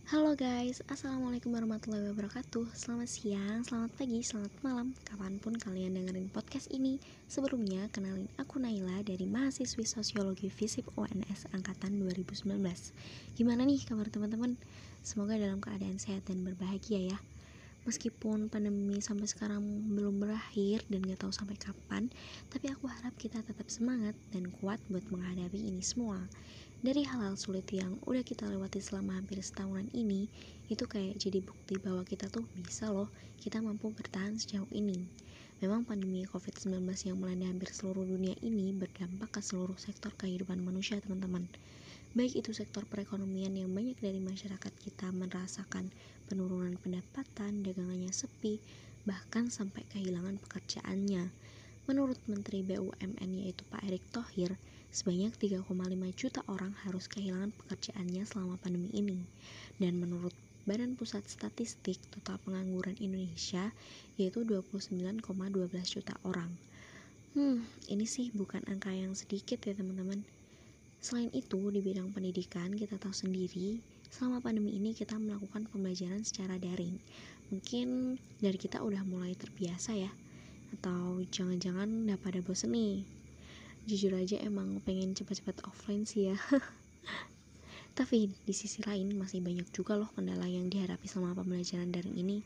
Halo guys, assalamualaikum warahmatullahi wabarakatuh. Selamat siang, selamat pagi, selamat malam, kapanpun kalian dengerin podcast ini. Sebelumnya, kenalin aku Naila dari mahasiswi Sosiologi FISIP UNS Angkatan 2019. Gimana nih kabar teman-teman? Semoga dalam keadaan sehat dan berbahagia ya. Meskipun pandemi sampai sekarang belum berakhir dan gak tahu sampai kapan, tapi aku harap kita tetap semangat dan kuat buat menghadapi ini semua. Dari hal-hal sulit yang udah kita lewati selama hampir setahunan ini, itu kayak jadi bukti bahwa kita tuh bisa loh, kita mampu bertahan sejauh ini. Memang pandemi COVID-19 yang melanda hampir seluruh dunia ini berdampak ke seluruh sektor kehidupan manusia teman-teman. Baik itu sektor perekonomian yang banyak dari masyarakat kita merasakan penurunan pendapatan, dagangannya sepi, bahkan sampai kehilangan pekerjaannya. Menurut Menteri BUMN yaitu Pak Erick Thohir, sebanyak 3,5 juta orang harus kehilangan pekerjaannya selama pandemi ini. Dan menurut Badan Pusat Statistik, total pengangguran Indonesia yaitu 29,12 juta orang. Ini sih bukan angka yang sedikit ya teman-teman. Selain itu, di bidang pendidikan kita tahu sendiri, selama pandemi ini kita melakukan pembelajaran secara daring. Mungkin dari kita udah mulai terbiasa ya, atau jangan-jangan udah pada bosen nih. Jujur aja emang pengen cepat-cepat offline sih ya. Tapi di sisi lain masih banyak juga loh kendala yang dihadapi selama pembelajaran daring ini.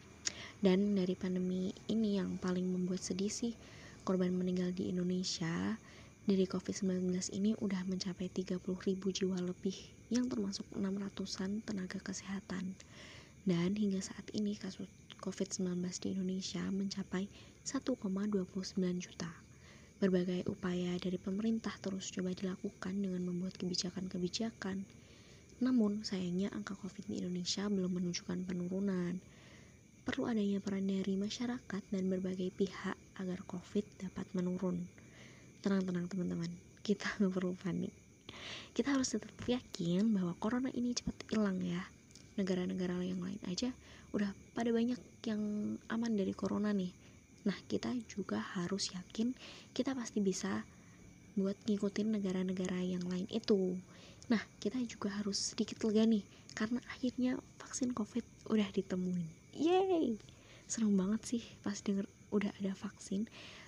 Dan dari pandemi ini yang paling membuat sedih sih, korban meninggal di Indonesia dari COVID-19 ini udah mencapai 30.000 jiwa lebih, yang termasuk 600-an tenaga kesehatan. Dan hingga saat ini kasus COVID-19 di Indonesia mencapai 1,29 juta. Berbagai upaya dari pemerintah terus coba dilakukan dengan membuat kebijakan-kebijakan. Namun sayangnya angka COVID di Indonesia belum menunjukkan penurunan. Perlu adanya peran dari masyarakat dan berbagai pihak agar COVID dapat menurun. Tenang teman-teman, kita gak perlu panik. Kita harus tetap yakin bahwa corona ini cepat hilang ya. Negara-negara yang lain aja udah pada banyak yang aman dari corona nih. Nah, kita juga harus yakin kita pasti bisa buat ngikutin negara-negara yang lain itu. Nah, kita juga harus sedikit lega nih, karena akhirnya vaksin COVID udah ditemuin. Yeay! Seneng banget sih pas denger udah ada vaksin.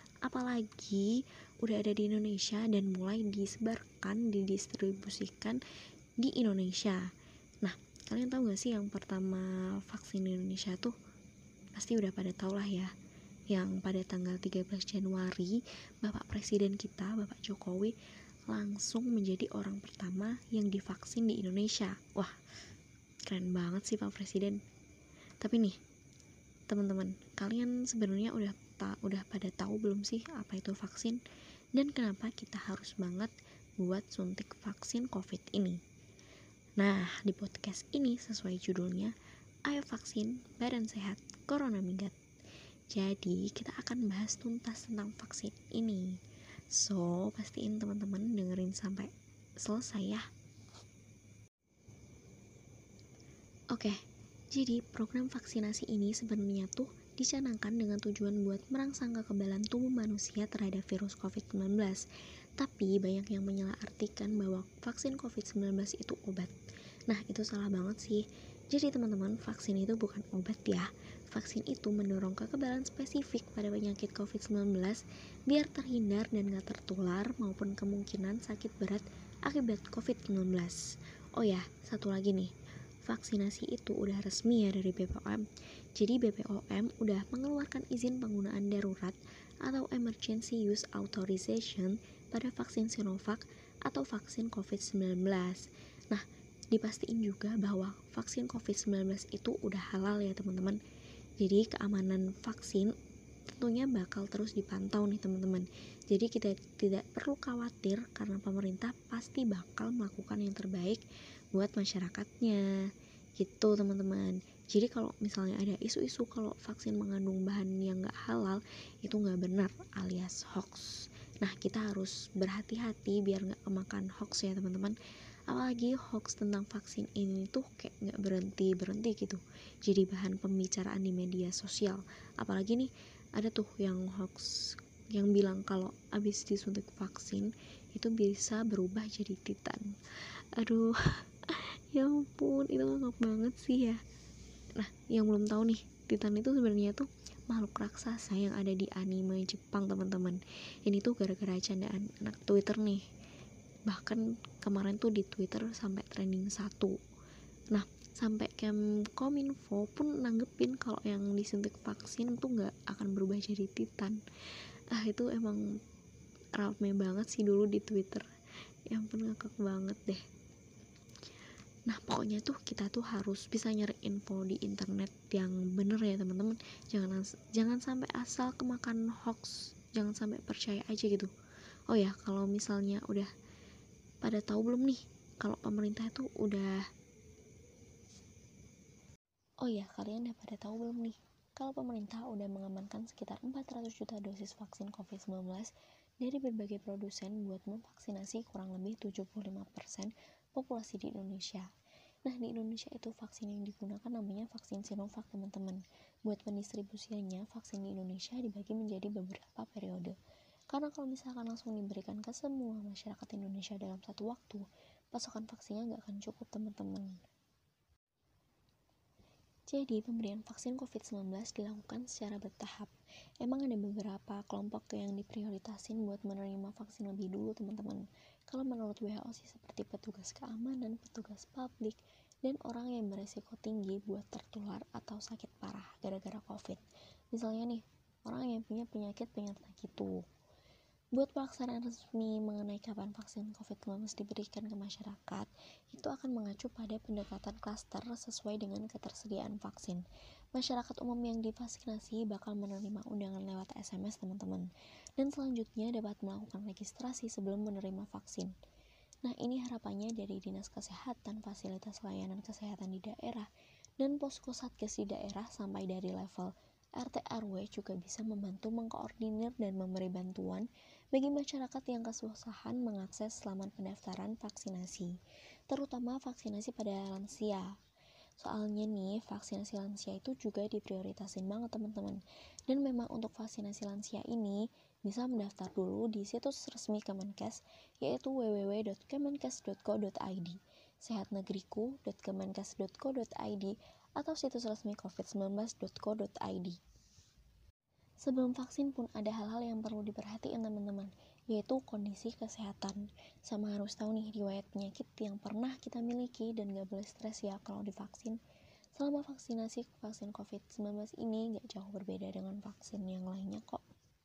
Apalagi udah ada di Indonesia dan mulai disebarkan, didistribusikan di Indonesia. Nah, kalian tahu gak sih yang pertama vaksin di Indonesia tuh? Pasti udah pada tahu lah ya. Yang pada tanggal 13 Januari, Bapak Presiden kita, Bapak Jokowi, langsung menjadi orang pertama yang divaksin di Indonesia. Wah, keren banget sih Pak Presiden. Tapi nih, teman-teman, kalian sebenarnya udah pada tahu belum sih apa itu vaksin dan kenapa kita harus banget buat suntik vaksin COVID ini? Nah, di podcast ini sesuai judulnya, Ayo Vaksin, Badan Sehat, Corona Minggat. Jadi, kita akan bahas tuntas tentang vaksin ini. So, pastiin teman-teman dengerin sampai selesai ya. Oke, jadi program vaksinasi ini sebenarnya tuh dicanangkan dengan tujuan buat merangsang kekebalan tubuh manusia terhadap virus COVID-19. Tapi banyak yang menyalahartikan bahwa vaksin COVID-19 itu obat. Nah, itu salah banget sih. Jadi teman-teman, vaksin itu bukan obat ya. Vaksin itu mendorong kekebalan spesifik pada penyakit COVID-19 biar terhindar dan gak tertular maupun kemungkinan sakit berat akibat COVID-19. Oh ya, satu lagi nih. Vaksinasi itu udah resmi ya dari BPOM. Jadi BPOM udah mengeluarkan izin penggunaan darurat atau Emergency Use Authorization pada vaksin Sinovac atau vaksin COVID-19. Nah, dipastiin juga bahwa vaksin COVID-19 itu udah halal ya teman-teman. Jadi keamanan vaksin tentunya bakal terus dipantau nih teman-teman. Jadi kita tidak perlu khawatir karena pemerintah pasti bakal melakukan yang terbaik buat masyarakatnya gitu teman-teman. Jadi kalau misalnya ada isu-isu kalau vaksin mengandung bahan yang gak halal, itu gak benar alias hoax. Nah, kita harus berhati-hati biar gak kemakan hoax ya teman-teman. Apalagi hoax tentang vaksin ini tuh kayak gak berhenti gitu, jadi bahan pembicaraan di media sosial. Apalagi nih ada tuh yang hoax yang bilang kalau abis disuntik vaksin itu bisa berubah jadi titan. Aduh, Ya ampun, itu ngakak banget sih ya. Nah, yang belum tahu nih, Titan itu sebenarnya tuh makhluk raksasa yang ada di anime Jepang, teman-teman. Ini tuh gara-gara candaan anak Twitter nih. Bahkan kemarin tuh di Twitter sampai trending 1. Nah, sampai Kominfo pun nanggepin kalau yang disuntik vaksin tuh nggak akan berubah jadi Titan. Itu emang rame banget sih dulu di Twitter. Ya ampun, ngakak banget deh. Nah, pokoknya tuh kita tuh harus bisa nyari info di internet yang bener ya teman-teman. Jangan sampai asal kemakan hoax, jangan sampai percaya aja gitu. Oh ya, kalau misalnya udah pada tahu belum nih kalau pemerintah itu udah Oh ya, kalian udah pada tahu belum nih kalau pemerintah udah mengamankan sekitar 400 juta dosis vaksin COVID-19 dari berbagai produsen buat memvaksinasi kurang lebih 75% populasi di Indonesia. Nah, di Indonesia itu vaksin yang digunakan namanya vaksin Sinovac, teman-teman. Buat pendistribusiannya, vaksin di Indonesia dibagi menjadi beberapa periode. Karena kalau misalkan langsung diberikan ke semua masyarakat Indonesia dalam satu waktu, pasokan vaksinnya nggak akan cukup, teman-teman. Jadi, pemberian vaksin COVID-19 dilakukan secara bertahap. Emang ada beberapa kelompok tuh yang diprioritasin buat menerima vaksin lebih dulu, teman-teman. Kalau menurut WHO sih seperti petugas keamanan, petugas publik, dan orang yang beresiko tinggi buat tertular atau sakit parah gara-gara COVID. Misalnya nih, orang yang punya penyakit penyerta gitu. Buat pelaksanaan resmi mengenai kapan vaksin COVID-19 diberikan ke masyarakat, itu akan mengacu pada pendekatan klaster sesuai dengan ketersediaan vaksin. Masyarakat umum yang divaksinasi bakal menerima undangan lewat SMS, teman-teman. Dan selanjutnya dapat melakukan registrasi sebelum menerima vaksin. Nah, ini harapannya dari Dinas Kesehatan, fasilitas layanan kesehatan di daerah, dan posko satgas di daerah sampai dari level RT RW juga bisa membantu mengkoordinir dan memberi bantuan bagi masyarakat yang kesusahan mengakses laman pendaftaran vaksinasi, terutama vaksinasi pada lansia. Soalnya nih, vaksinasi lansia itu juga diprioritasin banget, teman-teman. Dan memang untuk vaksinasi lansia ini bisa mendaftar dulu di situs resmi Kemenkes, yaitu www.kemenkes.co.id, sehatnegeriku.kemenkes.co.id, atau situs resmi covid19.co.id. Sebelum vaksin pun ada hal-hal yang perlu diperhatikan, teman-teman, yaitu kondisi kesehatan. Sama harus tahu nih riwayat penyakit yang pernah kita miliki dan gak boleh stres ya kalau divaksin. Selama vaksin COVID-19 ini gak jauh berbeda dengan vaksin yang lainnya kok.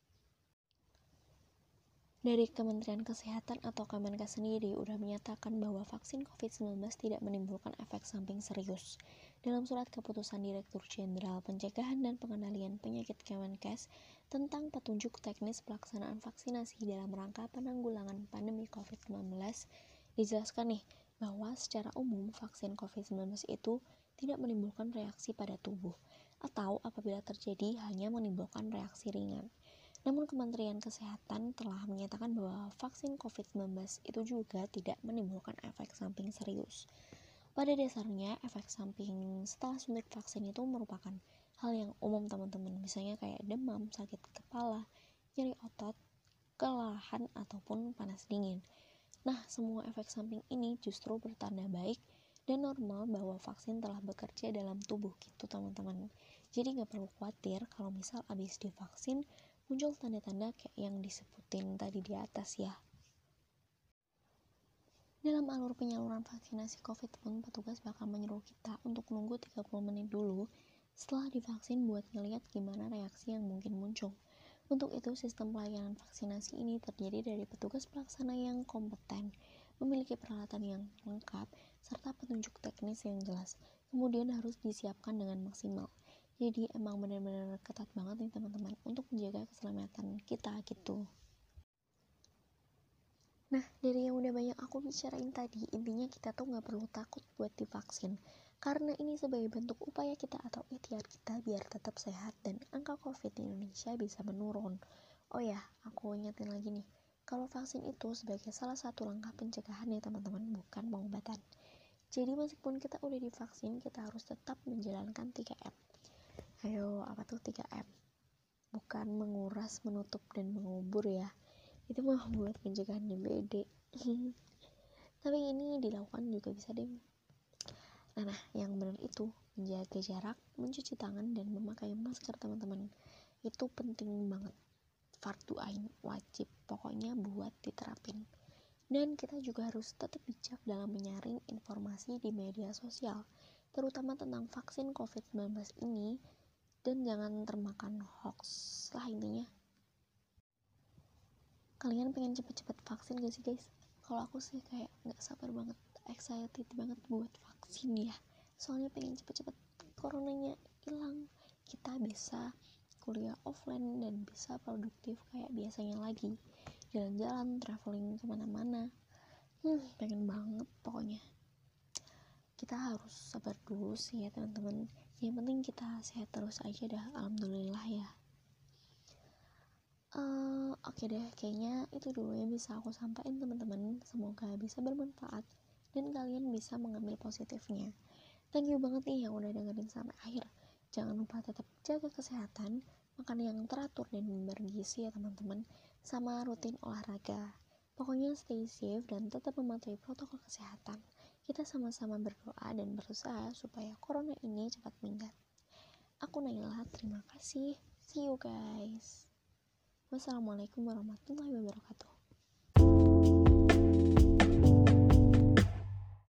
Dari Kementerian Kesehatan atau Kemenkes sendiri udah menyatakan bahwa vaksin COVID-19 tidak menimbulkan efek samping serius. Dalam surat keputusan Direktur Jenderal Pencegahan dan Pengendalian Penyakit Kemenkes tentang petunjuk teknis pelaksanaan vaksinasi dalam rangka penanggulangan pandemi COVID-19, dijelaskan nih bahwa secara umum vaksin COVID-19 itu tidak menimbulkan reaksi pada tubuh, atau apabila terjadi hanya menimbulkan reaksi ringan. Namun Kementerian Kesehatan telah menyatakan bahwa vaksin COVID-19 itu juga tidak menimbulkan efek samping serius. Pada dasarnya, efek samping setelah suntik vaksin itu merupakan hal yang umum, teman-teman. Misalnya kayak demam, sakit kepala, nyeri otot, kelelahan, ataupun panas dingin. Nah, semua efek samping ini justru bertanda baik dan normal bahwa vaksin telah bekerja dalam tubuh gitu, teman-teman. Jadi nggak perlu khawatir kalau misal abis divaksin muncul tanda-tanda kayak yang disebutin tadi di atas ya. Dalam alur penyaluran vaksinasi COVID pun petugas bakal menyuruh kita untuk nunggu 30 menit dulu setelah divaksin buat ngeliat gimana reaksi yang mungkin muncul. Untuk itu, sistem pelayanan vaksinasi ini terdiri dari petugas pelaksana yang kompeten, memiliki peralatan yang lengkap, serta petunjuk teknis yang jelas. Kemudian harus disiapkan dengan maksimal. Jadi emang benar-benar ketat banget nih teman-teman untuk menjaga keselamatan kita gitu. Nah, dari yang udah banyak aku bicarain tadi, intinya kita tuh gak perlu takut buat divaksin. Karena ini sebagai bentuk upaya kita atau ikhtiar kita biar tetap sehat dan angka COVID di Indonesia bisa menurun. Oh ya, aku ingetin lagi nih, kalau vaksin itu sebagai salah satu langkah pencegahan ya teman-teman, bukan pengobatan. Jadi meskipun kita udah divaksin, kita harus tetap menjalankan 3M. Ayo, apa tuh 3M? Bukan menguras, menutup, dan mengubur ya. Itu mah buat pencegahan DBD. Tapi ini dilakukan juga bisa deh Nah, yang benar itu menjaga jarak, mencuci tangan, dan memakai masker teman-teman. Itu penting banget, fardu ain, wajib pokoknya buat diterapin. Dan kita juga harus tetap bijak dalam menyaring informasi di media sosial, terutama tentang vaksin COVID-19 ini, dan jangan termakan hoax lah intinya. Kalian pengen cepet-cepet vaksin gak sih guys? Kalau aku sih kayak gak sabar banget, excited banget buat vaksin ya. Soalnya pengen cepet-cepet coronanya hilang, kita bisa kuliah offline dan bisa produktif kayak biasanya lagi, jalan-jalan, traveling kemana-mana. Pengen banget pokoknya. Kita harus sabar dulu sih ya teman-teman. Yang penting kita sehat terus aja dah, alhamdulillah ya. Oke deh, kayaknya itu dulu yang bisa aku sampaikan teman-teman. Semoga bisa bermanfaat dan kalian bisa mengambil positifnya. Thank you banget nih yang udah dengerin sampai akhir. Jangan lupa tetap jaga kesehatan, makan yang teratur dan bergizi ya teman-teman, sama rutin olahraga. Pokoknya stay safe dan tetap mematuhi protokol kesehatan. Kita sama-sama berdoa dan berusaha supaya corona ini cepat minggat. Aku Naila, terima kasih. See you guys. Wassalamualaikum warahmatullahi wabarakatuh.